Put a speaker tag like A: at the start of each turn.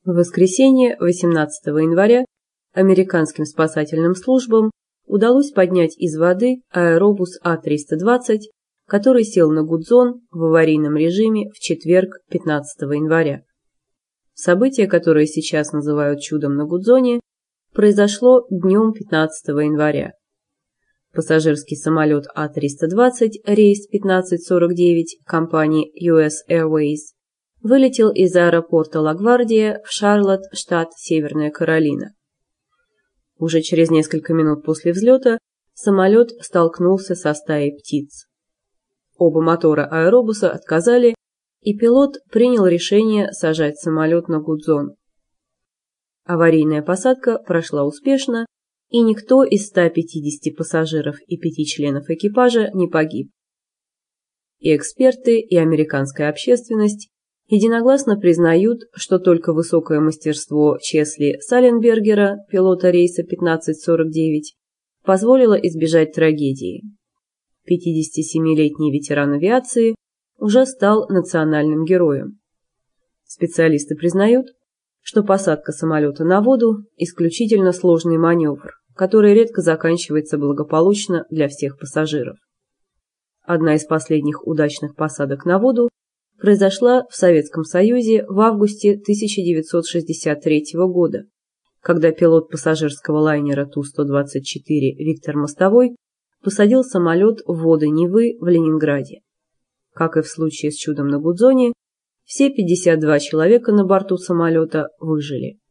A: В воскресенье, 18 января, американским спасательным службам удалось поднять из воды аэробус А-320, который сел на Гудзон в аварийном режиме в четверг, 15 января. Событие, которое сейчас называют чудом на Гудзоне, произошло днем 15 января. Пассажирский самолет А-320, рейс 1549 компании US Airways, вылетел из аэропорта Ла-Гвардия в Шарлотт, штат Северная Каролина. Уже через несколько минут после взлета самолет столкнулся со стаей птиц. Оба мотора аэробуса отказали, и пилот принял решение сажать самолет на Гудзон. Аварийная посадка прошла успешно, и никто из 150 пассажиров и 5 членов экипажа не погиб. И эксперты, и американская общественность единогласно признают, что только высокое мастерство Чесли Салленбергера, пилота рейса 1549, позволило избежать трагедии. 57-летний ветеран авиации уже стал национальным героем. Специалисты признают, что посадка самолета на воду – исключительно сложный маневр, который редко заканчивается благополучно для всех пассажиров. Одна из последних удачных посадок на воду произошла в Советском Союзе в августе 1963 года, когда пилот пассажирского лайнера Ту-124 Виктор Мостовой посадил самолет в воды Невы в Ленинграде. Как и в случае с чудом на Гудзоне, все 52 человека на борту самолета выжили.